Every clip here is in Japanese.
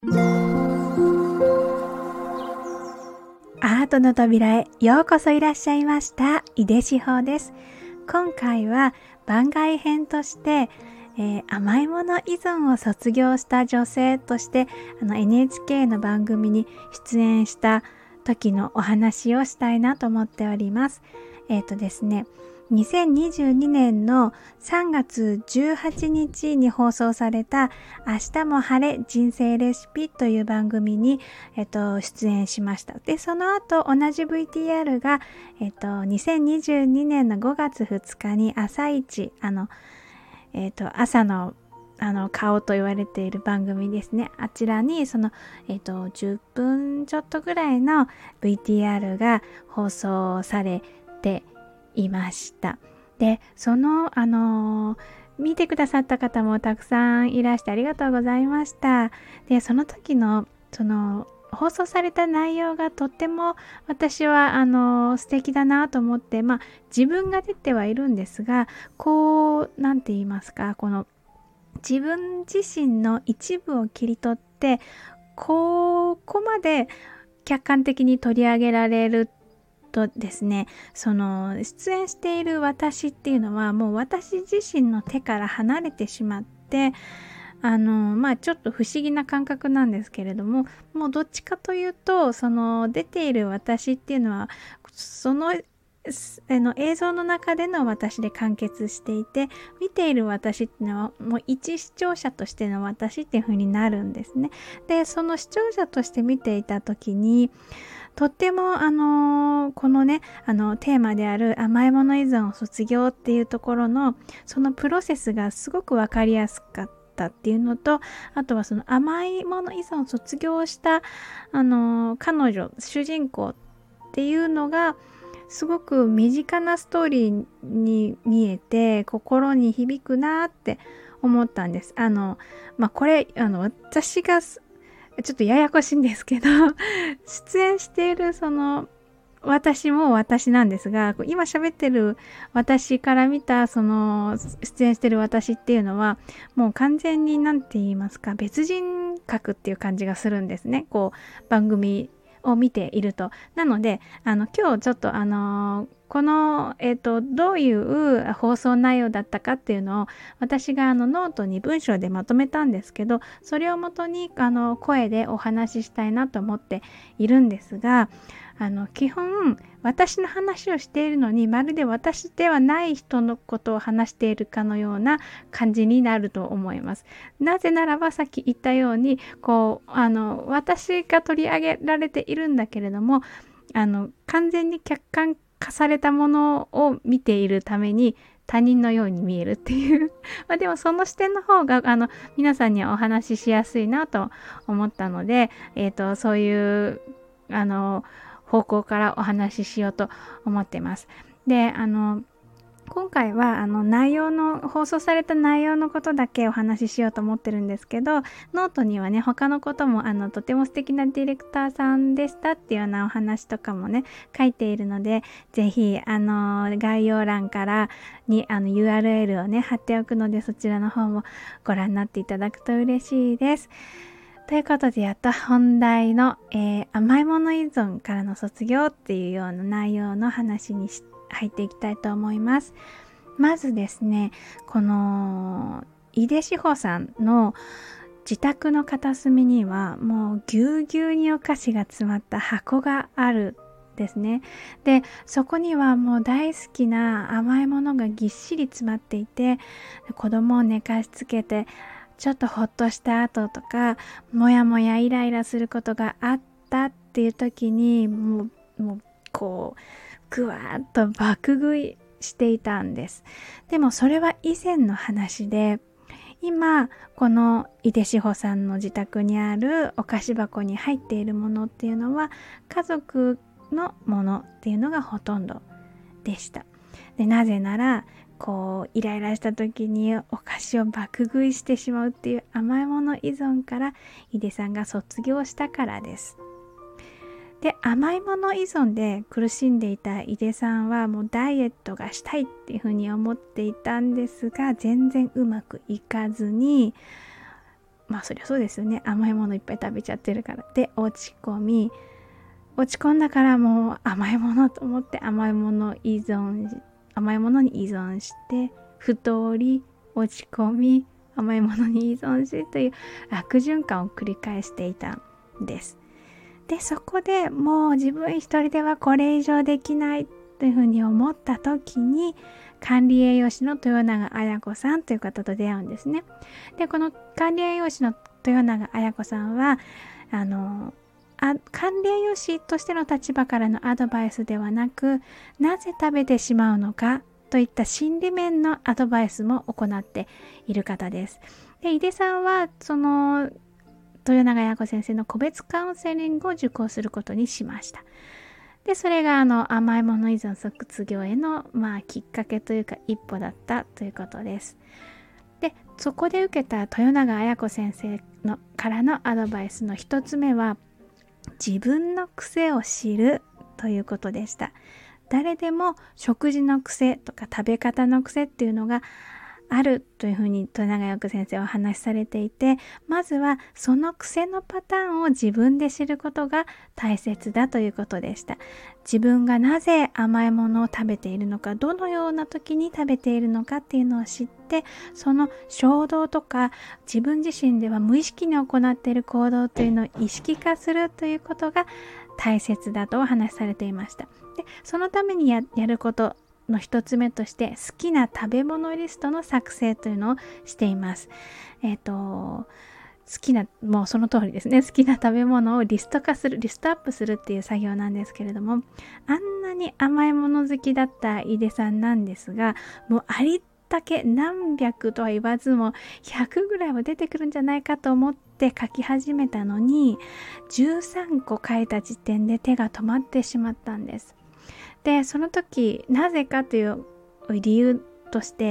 アートの扉へようこそいらっしゃいました。井出志保です。今回は番外編として、甘いもの依存を卒業した女性としてNHK の番組に出演した時のお話をしたいなと思っております。ですね、2022年の3月18日に放送された明日も晴れ人生レシピという番組に、出演しました。で、その後同じ VTR が、2022年の5月2日に朝一、朝の顔と言われている番組ですね。あちらに10分ちょっとぐらいの VTR が放送されていました。で、見てくださった方もたくさんいらしてありがとうございました。で、その時の放送された内容がとっても私は素敵だなと思って、自分が出てはいるんですが、なんて言いますか、この自分自身の一部を切り取ってここまで客観的に取り上げられるとですね、出演している私っていうのはもう私自身の手から離れてしまって、ちょっと不思議な感覚なんですけれども、もうどっちかというと出ている私っていうのは映像の中での私で完結していて、見ている私っていうのはもう一視聴者としての私っていう風になるんですね。で、その視聴者として見ていた時にとってもこのねテーマである甘いもの依存を卒業っていうところのそのプロセスがすごくわかりやすかったっていうのと、あとはその甘いもの依存を卒業した彼女主人公っていうのがすごく身近なストーリーに見えて心に響くなって思ったんです。これ私がちょっとややこしいんですけど出演している私も私なんですが、今喋ってる私から見た出演してる私っていうのはもう完全に何て言いますか、別人格っていう感じがするんですね。番組を見ていると。なので今日ちょっとこの、どういう放送内容だったかっていうのを私がノートに文章でまとめたんですけど、それをもとに声でお話ししたいなと思っているんですが、基本私の話をしているのにまるで私ではない人のことを話しているかのような感じになると思います。なぜならばさっき言ったように私が取り上げられているんだけれども完全に客観化されたものを見ているために他人のように見えるっていうでもその視点の方が皆さんにはお話ししやすいなと思ったので、そういう方向からお話ししようと思ってます。で、今回は放送された内容のことだけお話ししようと思ってるんですけど、ノートにはね他のこともとても素敵なディレクターさんでしたっていうようなお話とかもね書いているので、ぜひ概要欄からにURL をね貼っておくので、そちらの方もご覧になっていただくと嬉しいです。ということでやっと本題の、甘いもの依存からの卒業っていうような内容の話に入っていきたいと思います。まずですね、この井出志保さんの自宅の片隅にはもうぎゅうぎゅうにお菓子が詰まった箱があるですね。で、そこにはもう大好きな甘いものがぎっしり詰まっていて、子供を寝かしつけてちょっとほっとした後とかもやもやイライラすることがあったっていう時にもうぐわーっと爆食いしていたんです。でもそれは以前の話で、今この井出志保さんの自宅にあるお菓子箱に入っているものっていうのは家族のものっていうのがほとんどでした。で、なぜならイライラした時にお菓子を爆食いしてしまうっていう甘いもの依存から井出さんが卒業したからです。で、甘いもの依存で苦しんでいた井出さんはもうダイエットがしたいっていうふうに思っていたんですが、全然うまくいかずにそりゃそうですよね。甘いものいっぱい食べちゃってるから。で、落ち込んだからもう甘いものと思って甘いものに依存して太り、落ち込み、甘いものに依存しという悪循環を繰り返していたんです。で、そこでもう自分一人ではこれ以上できないというふうに思った時に、管理栄養士の豊永綾子さんという方と出会うんですね。で、この管理栄養士の豊永綾子さんは管理栄養士としての立場からのアドバイスではなく、なぜ食べてしまうのかといった心理面のアドバイスも行っている方です。で、井出さんはその豊永綾子先生の個別カウンセリングを受講することにしました。で、それが甘いもの依存卒業へのきっかけというか一歩だったということです。で、そこで受けた豊永綾子先生からのアドバイスの一つ目は、自分の癖を知るということでした。誰でも食事の癖とか食べ方の癖っていうのがあるというふうに豊永綾子先生はお話しされていて、まずはその癖のパターンを自分で知ることが大切だということでした。自分がなぜ甘いものを食べているのか、どのような時に食べているのかっていうのを知って、その衝動とか自分自身では無意識に行っている行動というのを意識化するということが大切だとお話しされていました。で、そのためにやることの一つ目として、好きな食べ物リストの作成というのをしています。もうその通りですね。好きな食べ物をリストアップするっていう作業なんですけれども、あんなに甘いもの好きだった井出さんなんですが、もうありったけ何百とは言わずも100ぐらいは出てくるんじゃないかと思って書き始めたのに、13個書いた時点で手が止まってしまったんです。で、その時なぜかという理由として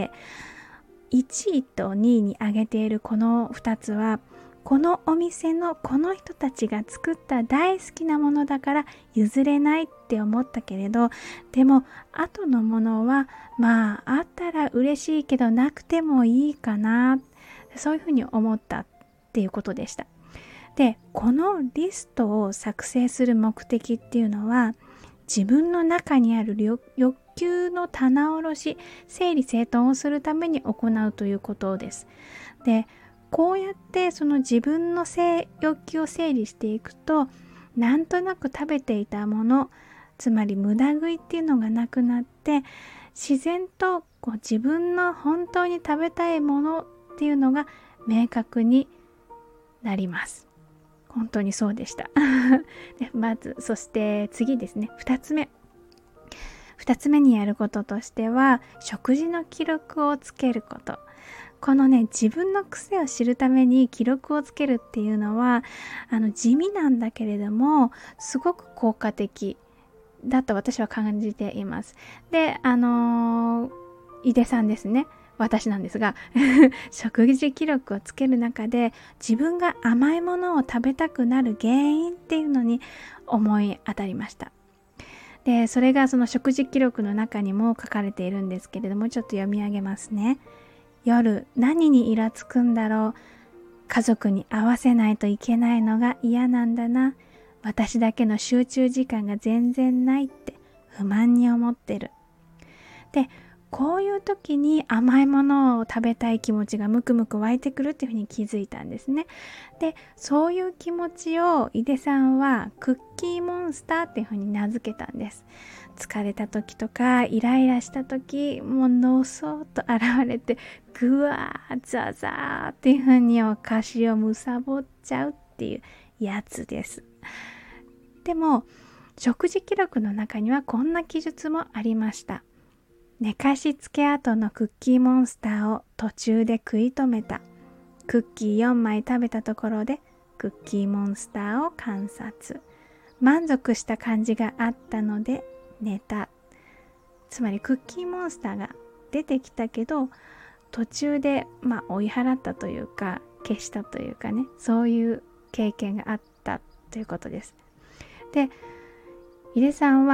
、1位と2位に挙げているこの2つは、このお店のこの人たちが作った大好きなものだから譲れないって思ったけれど、でも後のものはあったら嬉しいけどなくてもいいかな、そういうふうに思ったっていうことでした。で、このリストを作成する目的っていうのは、自分の中にある欲求の棚卸し、整理整頓をするために行うということです。で、こうやってその自分の欲求を整理していくと、なんとなく食べていたもの、つまり無駄食いっていうのがなくなって、自然と自分の本当に食べたいものっていうのが明確になります。本当にそうでした。で、そして次ですね、2つ目にやることとしては、食事の記録をつけること。このね、自分の癖を知るために記録をつけるっていうのは地味なんだけれども、すごく効果的だと私は感じています。で、井出さんですね、私なんですが食事記録をつける中で、自分が甘いものを食べたくなる原因っていうのに思い当たりました。で、それがその食事記録の中にも書かれているんですけれども、ちょっと読み上げますね。夜何にイラつくんだろう。家族に合わせないといけないのが嫌なんだな。私だけの集中時間が全然ないって不満に思ってる。で、こういう時に甘いものを食べたい気持ちがムクムク湧いてくるっていうふうに気づいたんですね。で、そういう気持ちを井出さんはクッキーモンスターっていうふうに名付けたんです。疲れた時とかイライラした時、もうのそっと現れてぐわーザザーっていうふうにお菓子をむさぼっちゃうっていうやつです。でも食事記録の中にはこんな記述もありました。寝かしつけ後のクッキーモンスターを途中で食い止めた。クッキー4枚食べたところでクッキーモンスターを観察。満足した感じがあったので寝た。つまりクッキーモンスターが出てきたけど、途中で追い払ったというか消したというかね、そういう経験があったということです。で、井出さんは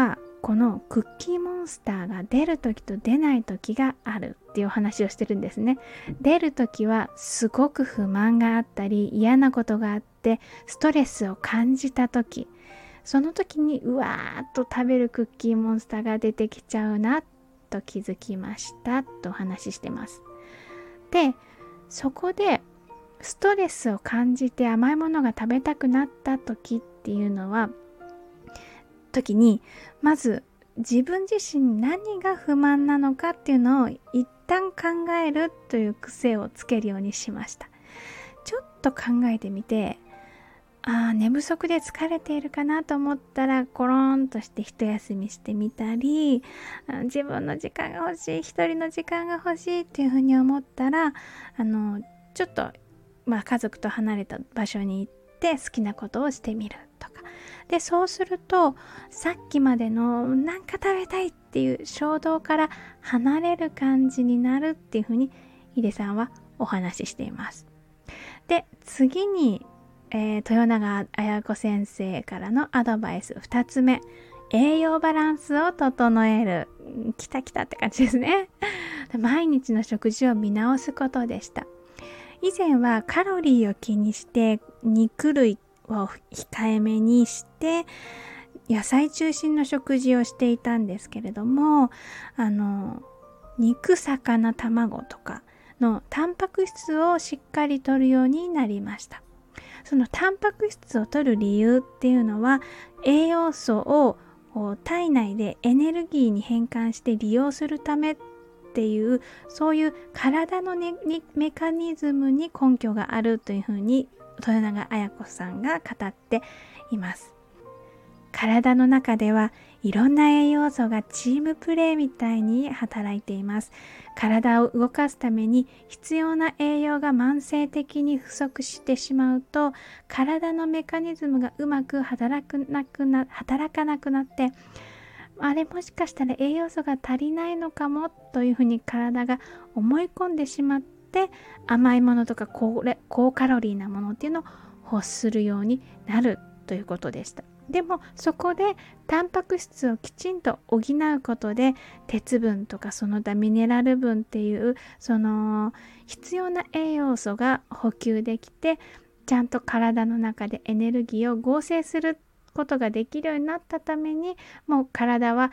このクッキーモンスターが出る時と出ない時があるっていうお話をしてるんですね。出る時はすごく不満があったり嫌なことがあってストレスを感じた時、その時にうわーっと食べるクッキーモンスターが出てきちゃうなと気づきましたとお話ししてます。で、そこでストレスを感じて甘いものが食べたくなった時っていうのは、時にまず自分自身何が不満なのかっていうのを一旦考えるという癖をつけるようにしました。ちょっと考えてみて、寝不足で疲れているかなと思ったらコロンとして一休みしてみたり、自分の時間が欲しい、一人の時間が欲しいっていうふうに思ったらちょっと家族と離れた場所に行って好きなことをしてみるとかで、そうするとさっきまでのなんか食べたいっていう衝動から離れる感じになるっていうふうに井出さんはお話ししています。で、次に、豊永綾子先生からのアドバイス2つ目、栄養バランスを整える。きたきたって感じですね。毎日の食事を見直すことでした。以前はカロリーを気にして肉類を控えめにして野菜中心の食事をしていたんですけれども、肉、魚、卵とかのタンパク質をしっかり摂るようになりました。そのタンパク質を摂る理由っていうのは、栄養素を体内でエネルギーに変換して利用するためっていう、そういう体の、メカニズムに根拠があるというふうに豊永綾子さんが語っています。体の中ではいろんな栄養素がチームプレーみたいに働いています。体を動かすために必要な栄養が慢性的に不足してしまうと、体のメカニズムがうまく働かなくなって、あれもしかしたら栄養素が足りないのかもというふうに体が思い込んでしまって、甘いものとか高カロリーなものっていうのを欲するようになるということでした。でもそこでタンパク質をきちんと補うことで鉄分とかその他ミネラル分っていうその必要な栄養素が補給できて、ちゃんと体の中でエネルギーを合成することができるようになったために、もう体は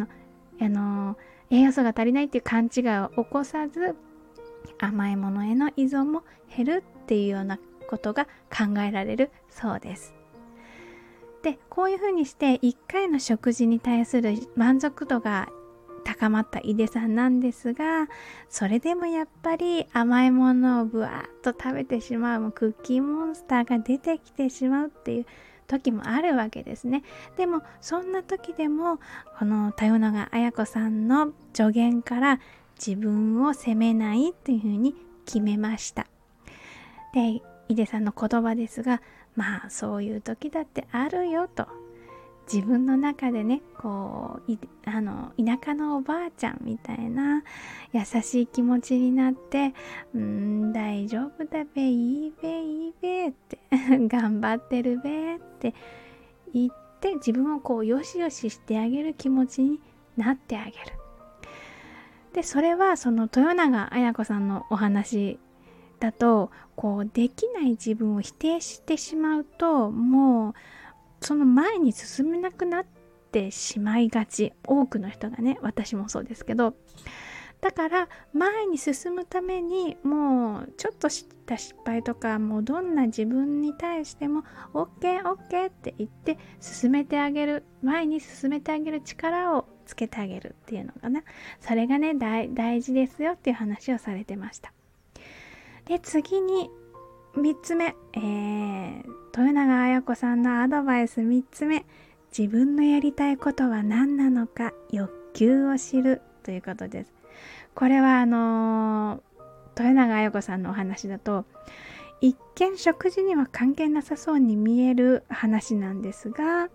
栄養素が足りないっていう勘違いを起こさず、甘いものへの依存も減るっていうようなことが考えられるそうです。で、こういうふうにして1回の食事に対する満足度が高まった井出さんなんですが、それでもやっぱり甘いものをぶわーっと食べてしまう、クッキーモンスターが出てきてしまうっていう時もあるわけですね。でもそんな時でもこの豊永綾子さんの助言から自分を責めないっていうふうに決めました。で、井出さんの言葉ですが、そういう時だってあるよと、自分の中でね、こう田舎のおばあちゃんみたいな優しい気持ちになって、大丈夫だべ、いいべいいべって頑張ってるべって言って、自分をこうよしよししてあげる気持ちになってあげる。で、それはその豊永綾子さんのお話だと、こうできない自分を否定してしまうと、もうその前に進めなくなってしまいがち。多くの人がね、私もそうですけど、だから前に進むためにもうちょっとした失敗とか、もうどんな自分に対しても OK って言って進めてあげる、前に進めてあげる力をつけてあげるっていうのがね、それがね大事ですよっていう話をされてました。で、次に3つ目、豊永綾子さんのアドバイス3つ目、自分のやりたいことは何なのか欲求を知るということです。これは豊永綾子さんのお話だと、一見食事には関係なさそうに見える話なんですが、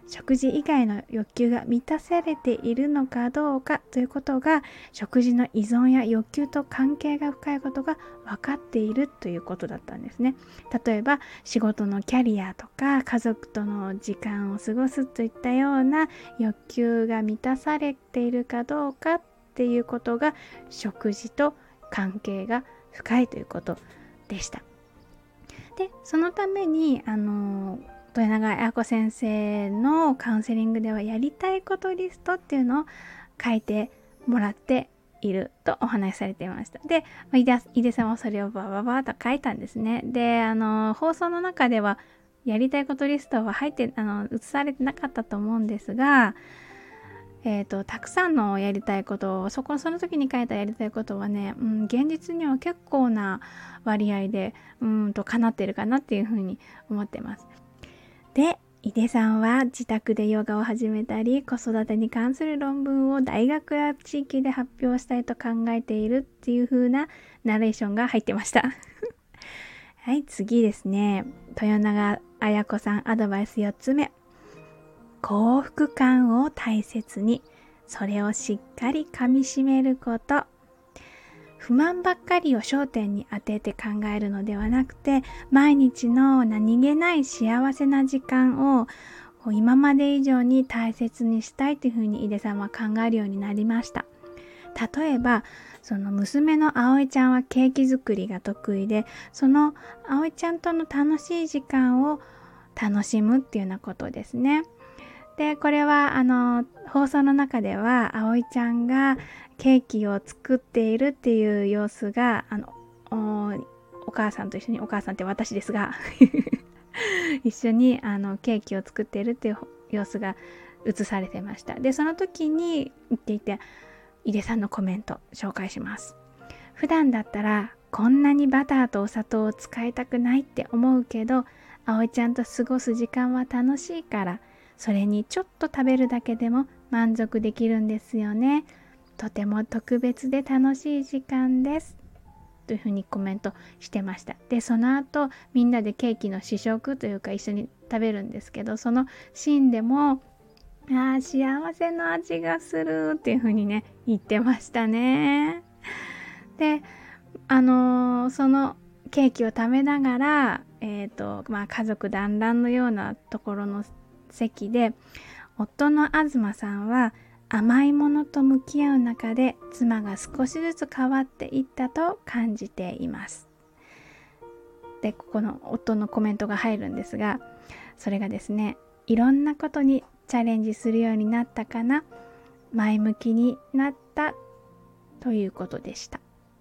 食事以外の欲求が満たされているのかどうかということが、食事の依存や欲求と関係が深いことが分かっているということだったんですね。例えば仕事のキャリアとか家族との時間を過ごすといったような欲求が満たされているかどうかっていうことが、食事と関係が深いということでした。でそのために豊永彩子先生のカウンセリングでは、やりたいことリストっていうのを書いてもらっているとお話しされていました。で井出さんはそれをバババーと書いたんですね。で放送の中ではやりたいことリストは映されてなかったと思うんですが、たくさんのやりたいことをその時に書いたやりたいことはね、現実には結構な割合で叶ってるかなっていうふうに思ってます。で井出さんは自宅でヨガを始めたり、子育てに関する論文を大学や地域で発表したいと考えているっていう風なナレーションが入ってましたはい、次ですね。豊永彩子さんアドバイス4つ目。幸福感を大切に、それをしっかりかみしめること。不満ばっかりを焦点に当てて考えるのではなくて、毎日の何気ない幸せな時間を今まで以上に大切にしたいというふうに井出さんは考えるようになりました。例えばその娘の葵ちゃんはケーキ作りが得意で、その葵ちゃんとの楽しい時間を楽しむっていうようなことですね。でこれは放送の中では葵ちゃんがケーキを作っているっていう様子がお母さんと一緒に、お母さんって私ですが一緒にケーキを作っているっていう様子が映されてました。でその時に言っていて、井出さんのコメント紹介します。普段だったらこんなにバターとお砂糖を使いたくないって思うけど、葵ちゃんと過ごす時間は楽しいから、それにちょっと食べるだけでも満足できるんですよね。とても特別で楽しい時間ですというふうにコメントしてました。でその後みんなでケーキの試食というか一緒に食べるんですけど、そのシーンでも幸せの味がするっていうふうにね言ってましたね。でそのケーキを食べながら家族団らんのようなところの席で、夫の東さんは甘いものと向き合う中で妻が少しずつ変わっていったと感じています。でここの夫のコメントが入るんですが、それがですね、いろんなことにチャレンジするようになったかな、前向きになったということでした。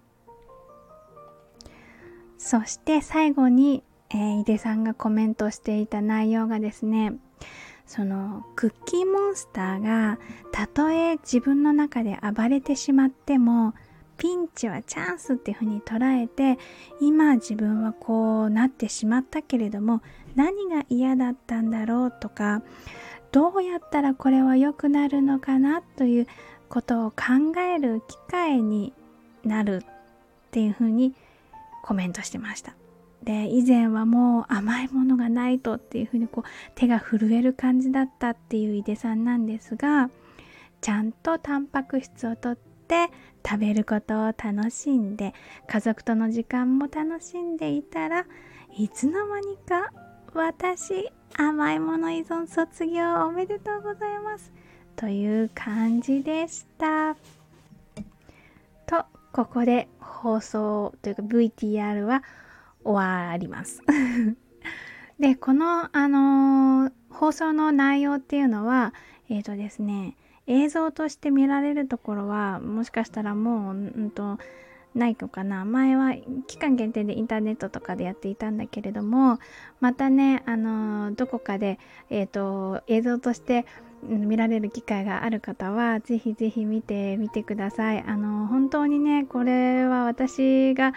そして最後に、井出さんがコメントしていた内容がですね、そのクッキーモンスターがたとえ自分の中で暴れてしまっても、ピンチはチャンスっていうふうに捉えて、今自分はこうなってしまったけれども何が嫌だったんだろうとか、どうやったらこれは良くなるのかなということを考える機会になるっていうふうにコメントしてました。で以前はもう甘いものがないとっていうふうに手が震える感じだったっていう井出さんなんですが、ちゃんとタンパク質をとって食べることを楽しんで、家族との時間も楽しんでいたら、いつの間にか私甘いもの依存卒業おめでとうございますという感じでしたと、ここで放送というか VTR は終わりますでこの、放送の内容っていうのはですね、映像として見られるところはもしかしたらもうないのかな。前は期間限定でインターネットとかでやっていたんだけれども、またねどこかで映像として見られる機会がある方はぜひぜひ見てみてください。本当にね、これは私が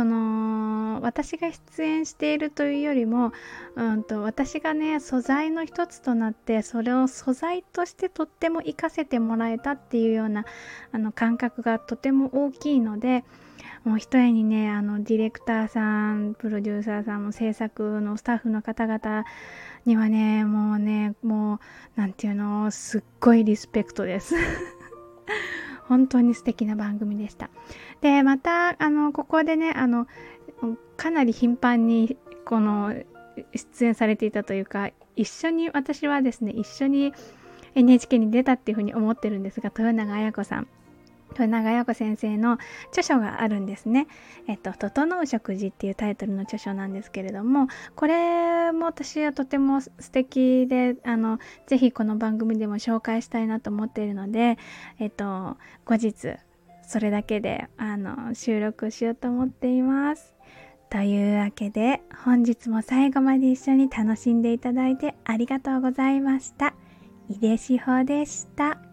出演しているというよりも、私がね素材の一つとなって、それを素材としてとっても活かせてもらえたっていうような感覚がとても大きいので、 もう一重にね、ディレクターさん、プロデューサーさんも制作のスタッフの方々にはね、もう、なんていうの、すっごいリスペクトです。本当に素敵な番組でした。で、また、ここでね、かなり頻繁に、出演されていたというか、私はですね、一緒に NHK に出たっていうふうに思ってるんですが、豊永綾子先生の著書があるんですね。整う食事っていうタイトルの著書なんですけれども、これも私はとても素敵で、ぜひこの番組でも紹介したいなと思っているので、後日、それだけで、収録しようと思っています。というわけで、本日も最後まで一緒に楽しんでいただいてありがとうございました。井出志保でした。